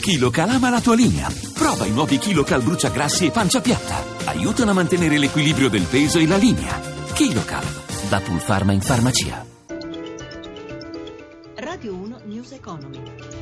KiloCal ama la tua linea. Prova i nuovi KiloCal bruciagrassi e pancia piatta. Aiutano a mantenere l'equilibrio del peso e la linea. KiloCal, da Pulpharma in farmacia. Radio 1 News Economy.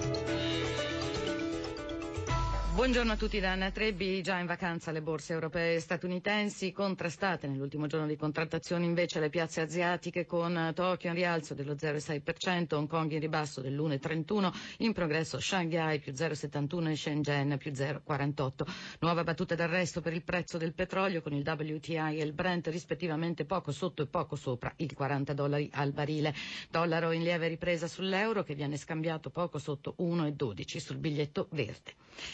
Buongiorno a tutti da Anna Trebbi. Già in vacanza le borse europee e statunitensi, contrastate nell'ultimo giorno di contrattazione invece le piazze asiatiche, con Tokyo in rialzo dello 0,6%, Hong Kong in ribasso dell'1,31%, in progresso Shanghai più 0,71% e Shenzhen più 0,48%. Nuova battuta d'arresto per il prezzo del petrolio, con il WTI e il Brent rispettivamente poco sotto e poco sopra i $40 al barile. Dollaro in lieve ripresa sull'euro, che viene scambiato poco sotto 1,12 sul biglietto verde.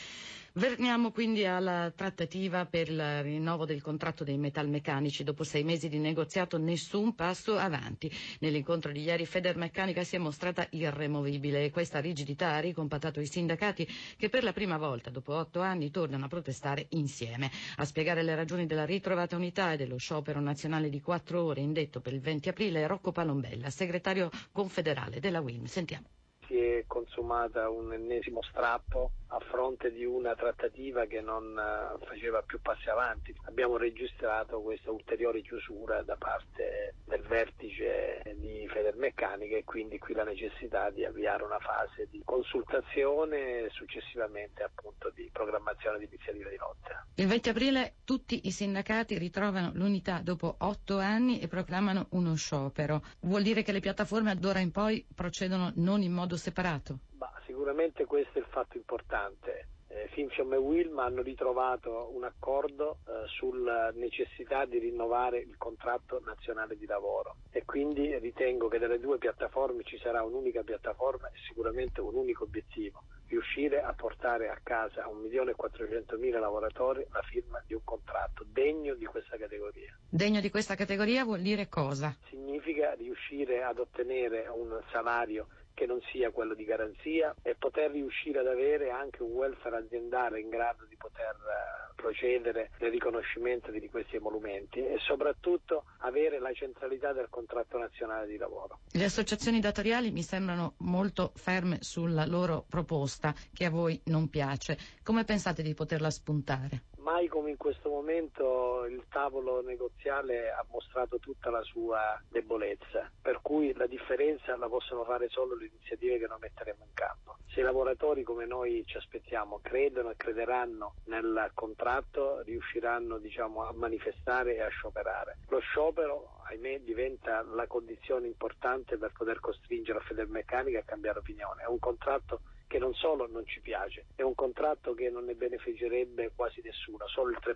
Veniamo quindi alla trattativa per il rinnovo del contratto dei metalmeccanici. Dopo 6 mesi di negoziato, nessun passo avanti. Nell'incontro di ieri Federmeccanica si è mostrata irremovibile, e questa rigidità ha ricompattato i sindacati, che per la prima volta dopo 8 anni tornano a protestare insieme. A spiegare le ragioni della ritrovata unità e dello sciopero nazionale di 4 ore indetto per il 20 aprile è Rocco Palombella, segretario confederale della UIM. Sentiamo. Si è consumata un ennesimo strappo a fronte di una trattativa che non faceva più passi avanti. Abbiamo registrato questa ulteriore chiusura da parte del vertice di Federmeccanica, e quindi qui la necessità di avviare una fase di consultazione e successivamente appunto di programmazione di iniziativa di lotta. Il 20 aprile tutti i sindacati ritrovano l'unità dopo 8 anni e proclamano uno sciopero. Vuol dire che le piattaforme d'ora in poi procedono non in modo separato? Sicuramente questo è il fatto importante. Finfium e Wilm hanno ritrovato un accordo sulla necessità di rinnovare il contratto nazionale di lavoro, e quindi ritengo che delle due piattaforme ci sarà un'unica piattaforma e sicuramente un unico obiettivo: riuscire a portare a casa a 1.400.000 lavoratori la firma di un contratto degno di questa categoria. Degno di questa categoria vuol dire cosa? Significa riuscire ad ottenere un salario che non sia quello di garanzia, e poter riuscire ad avere anche un welfare aziendale in grado di poter procedere nel riconoscimento di questi emolumenti, e soprattutto avere la centralità del contratto nazionale di lavoro. Le associazioni datoriali mi sembrano molto ferme sulla loro proposta, che a voi non piace. Come pensate di poterla spuntare? Mai come in questo momento il tavolo negoziale ha mostrato tutta la sua debolezza, per cui la differenza la possono fare solo le iniziative che noi metteremo in campo. Se i lavoratori, come noi ci aspettiamo, credono e crederanno nel contratto, riusciranno a manifestare e a scioperare. Lo sciopero, ahimè, diventa la condizione importante per poter costringere la Federmeccanica a cambiare opinione. È un contratto che non solo non ci piace, è un contratto che non ne beneficerebbe quasi nessuno, solo il 3%.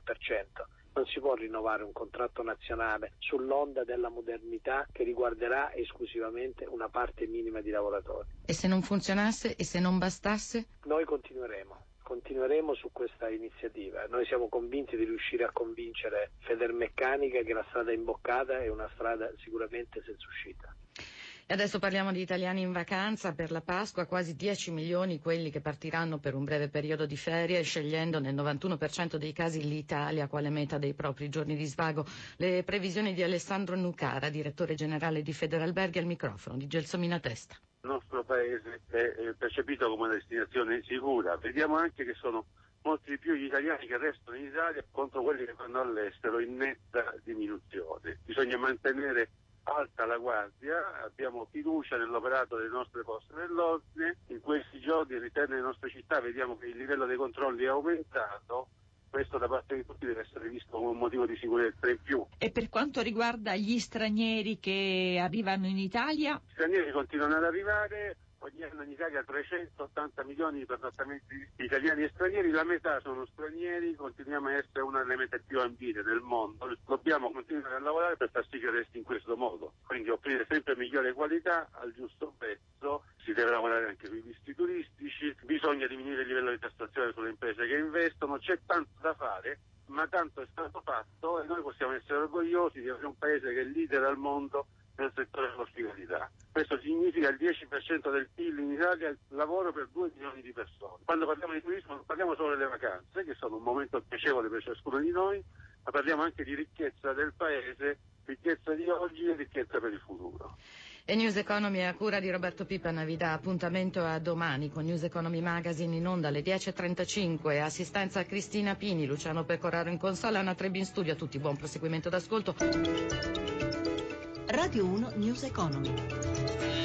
Non si può rinnovare un contratto nazionale sull'onda della modernità che riguarderà esclusivamente una parte minima di lavoratori. E se non funzionasse, e se non bastasse? Noi continueremo su questa iniziativa. Noi siamo convinti di riuscire a convincere Federmeccanica che la strada imboccata è una strada sicuramente senza uscita. E adesso parliamo di italiani in vacanza per la Pasqua, quasi 10 milioni quelli che partiranno per un breve periodo di ferie, scegliendo nel 91% dei casi l'Italia quale meta dei propri giorni di svago. Le previsioni di Alessandro Nucara, direttore generale di Federalberghi, al microfono di Gelsomina Testa. Il nostro paese è percepito come una destinazione sicura. Vediamo anche che sono molti di più gli italiani che restano in Italia contro quelli che vanno all'estero, in netta diminuzione. Bisogna mantenere alta la guardia, abbiamo fiducia nell'operato delle nostre forze dell'ordine. In questi giorni all'interno delle nostre città vediamo che il livello dei controlli è aumentato. Questo da parte di tutti deve essere visto come un motivo di sicurezza in più. E per quanto riguarda gli stranieri che arrivano in Italia? Gli stranieri continuano ad arrivare. Ogni anno in Italia 380 milioni di pernottamenti italiani e stranieri, la metà sono stranieri, continuiamo a essere una delle mete più ambite del mondo. Dobbiamo continuare a lavorare per far sì che resti in questo modo, quindi offrire sempre migliore qualità al giusto prezzo. Si deve lavorare anche sui visti turistici, bisogna diminuire il livello di tassazione sulle imprese che investono, c'è tanto da fare, ma tanto è stato fatto e noi possiamo essere orgogliosi di avere un paese che è leader al mondo nel settore dell'ospitalità. Questo significa il 10% del PIL in Italia, lavoro per 2 milioni di persone. Quando parliamo di turismo non parliamo solo delle vacanze, che sono un momento piacevole per ciascuno di noi, ma parliamo anche di ricchezza del paese, ricchezza di oggi e ricchezza per il futuro. E News Economy a cura di Roberto Pipan vi dà appuntamento a domani con News Economy Magazine in onda alle 10.35. Assistenza a Cristina Pini, Luciano Pecoraro in console, Anna Trebbi in studio. A tutti buon proseguimento d'ascolto. Radio 1 News Economy.